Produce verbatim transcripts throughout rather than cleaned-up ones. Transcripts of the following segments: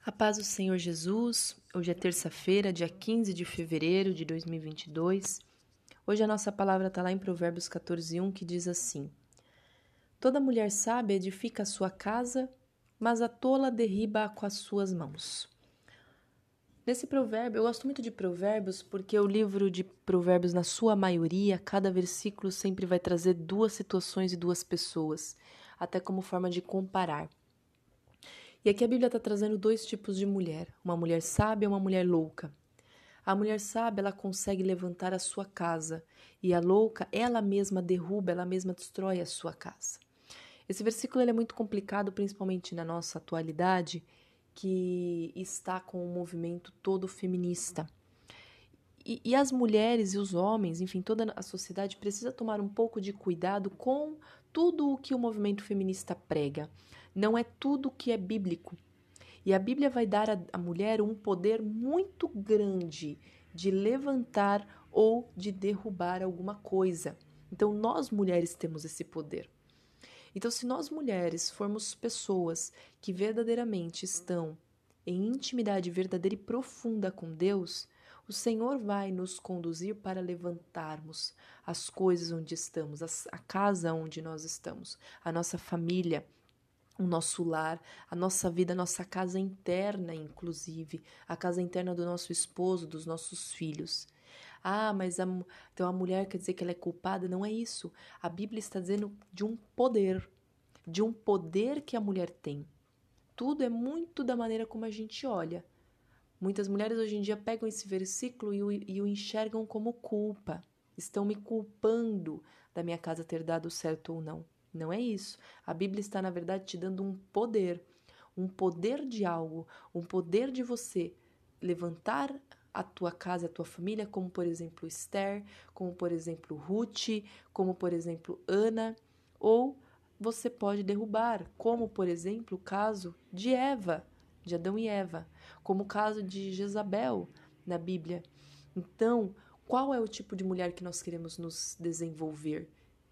A paz do Senhor Jesus, hoje é terça-feira, dia quinze de fevereiro de dois mil e vinte e dois. Hoje a nossa palavra está lá em Provérbios quatorze, um, que diz assim: Toda mulher sábia edifica a sua casa, mas a tola derriba-a com as suas mãos. Nesse provérbio, eu gosto muito de provérbios porque o livro de provérbios, na sua maioria, cada versículo sempre vai trazer duas situações e duas pessoas, até como forma de comparar. E aqui a Bíblia está trazendo dois tipos de mulher, uma mulher sábia e uma mulher louca. A mulher sábia, ela consegue levantar a sua casa, e a louca, ela mesma derruba, ela mesma destrói a sua casa. Esse versículo ele é muito complicado, principalmente na nossa atualidade, que está com o movimento todo feminista. E, e as mulheres e os homens, enfim, toda a sociedade precisa tomar um pouco de cuidado com tudo o que o movimento feminista prega. Não é tudo que é bíblico. E a Bíblia vai dar à mulher um poder muito grande de levantar ou de derrubar alguma coisa. Então, nós mulheres temos esse poder. Então, se nós mulheres formos pessoas que verdadeiramente estão em intimidade verdadeira e profunda com Deus, o Senhor vai nos conduzir para levantarmos as coisas onde estamos, a casa onde nós estamos, a nossa família, o nosso lar, a nossa vida, a nossa casa interna, inclusive, a casa interna do nosso esposo, dos nossos filhos. Ah, mas a, então a mulher quer dizer que ela é culpada? Não é isso. A Bíblia está dizendo de um poder, de um poder que a mulher tem. Tudo é muito da maneira como a gente olha. Muitas mulheres hoje em dia pegam esse versículo e o, e o enxergam como culpa. Estão me culpando da minha casa ter dado certo ou não. Não é isso. A Bíblia está, na verdade, te dando um poder. Um poder de algo. Um poder de você levantar a tua casa, a tua família, como, por exemplo, Esther, como, por exemplo, Ruth, como, por exemplo, Ana. Ou você pode derrubar, como, por exemplo, o caso de Eva, de Adão e Eva, como o caso de Jezabel na Bíblia. Então, qual é o tipo de mulher que nós queremos nos desenvolver?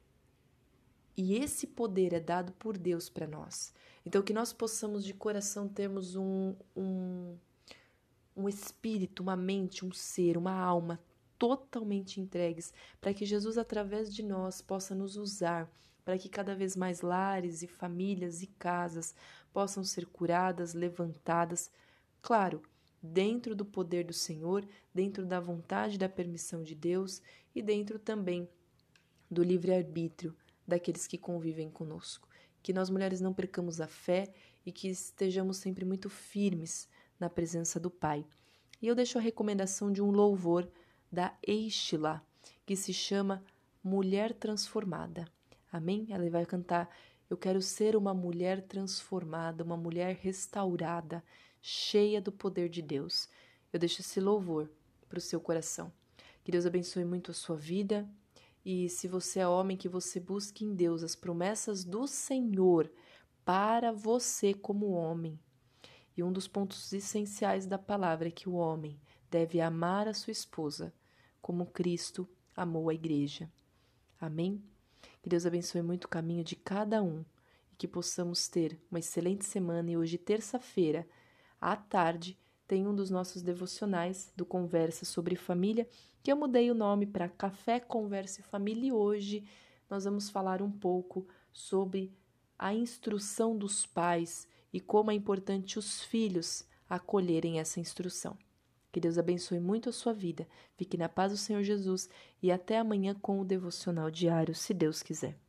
E esse poder é dado por Deus para nós. Então, que nós possamos de coração termos um, um, um espírito, uma mente, um ser, uma alma totalmente entregues, para que Jesus, através de nós, possa nos usar, para que cada vez mais lares e famílias e casas possam ser curadas, levantadas, claro, dentro do poder do Senhor, dentro da vontade e da permissão de Deus e dentro também do livre-arbítrio daqueles que convivem conosco. Que nós mulheres não percamos a fé e que estejamos sempre muito firmes na presença do Pai. E eu deixo a recomendação de um louvor da Eichla, que se chama Mulher Transformada. Amém? Ela vai cantar: eu quero ser uma mulher transformada, uma mulher restaurada, cheia do poder de Deus. Eu deixo esse louvor para o seu coração. Que Deus abençoe muito a sua vida. E se você é homem, que você busque em Deus as promessas do Senhor para você como homem. E um dos pontos essenciais da palavra é que o homem deve amar a sua esposa como Cristo amou a igreja. Amém? Que Deus abençoe muito o caminho de cada um e que possamos ter uma excelente semana. E hoje, terça-feira, à tarde, tem um dos nossos devocionais do Conversa sobre Família, que eu mudei o nome para Café, Conversa e Família. E hoje nós vamos falar um pouco sobre a instrução dos pais e como é importante os filhos acolherem essa instrução. Que Deus abençoe muito a sua vida. Fique na paz do Senhor Jesus e até amanhã com o devocional diário, se Deus quiser.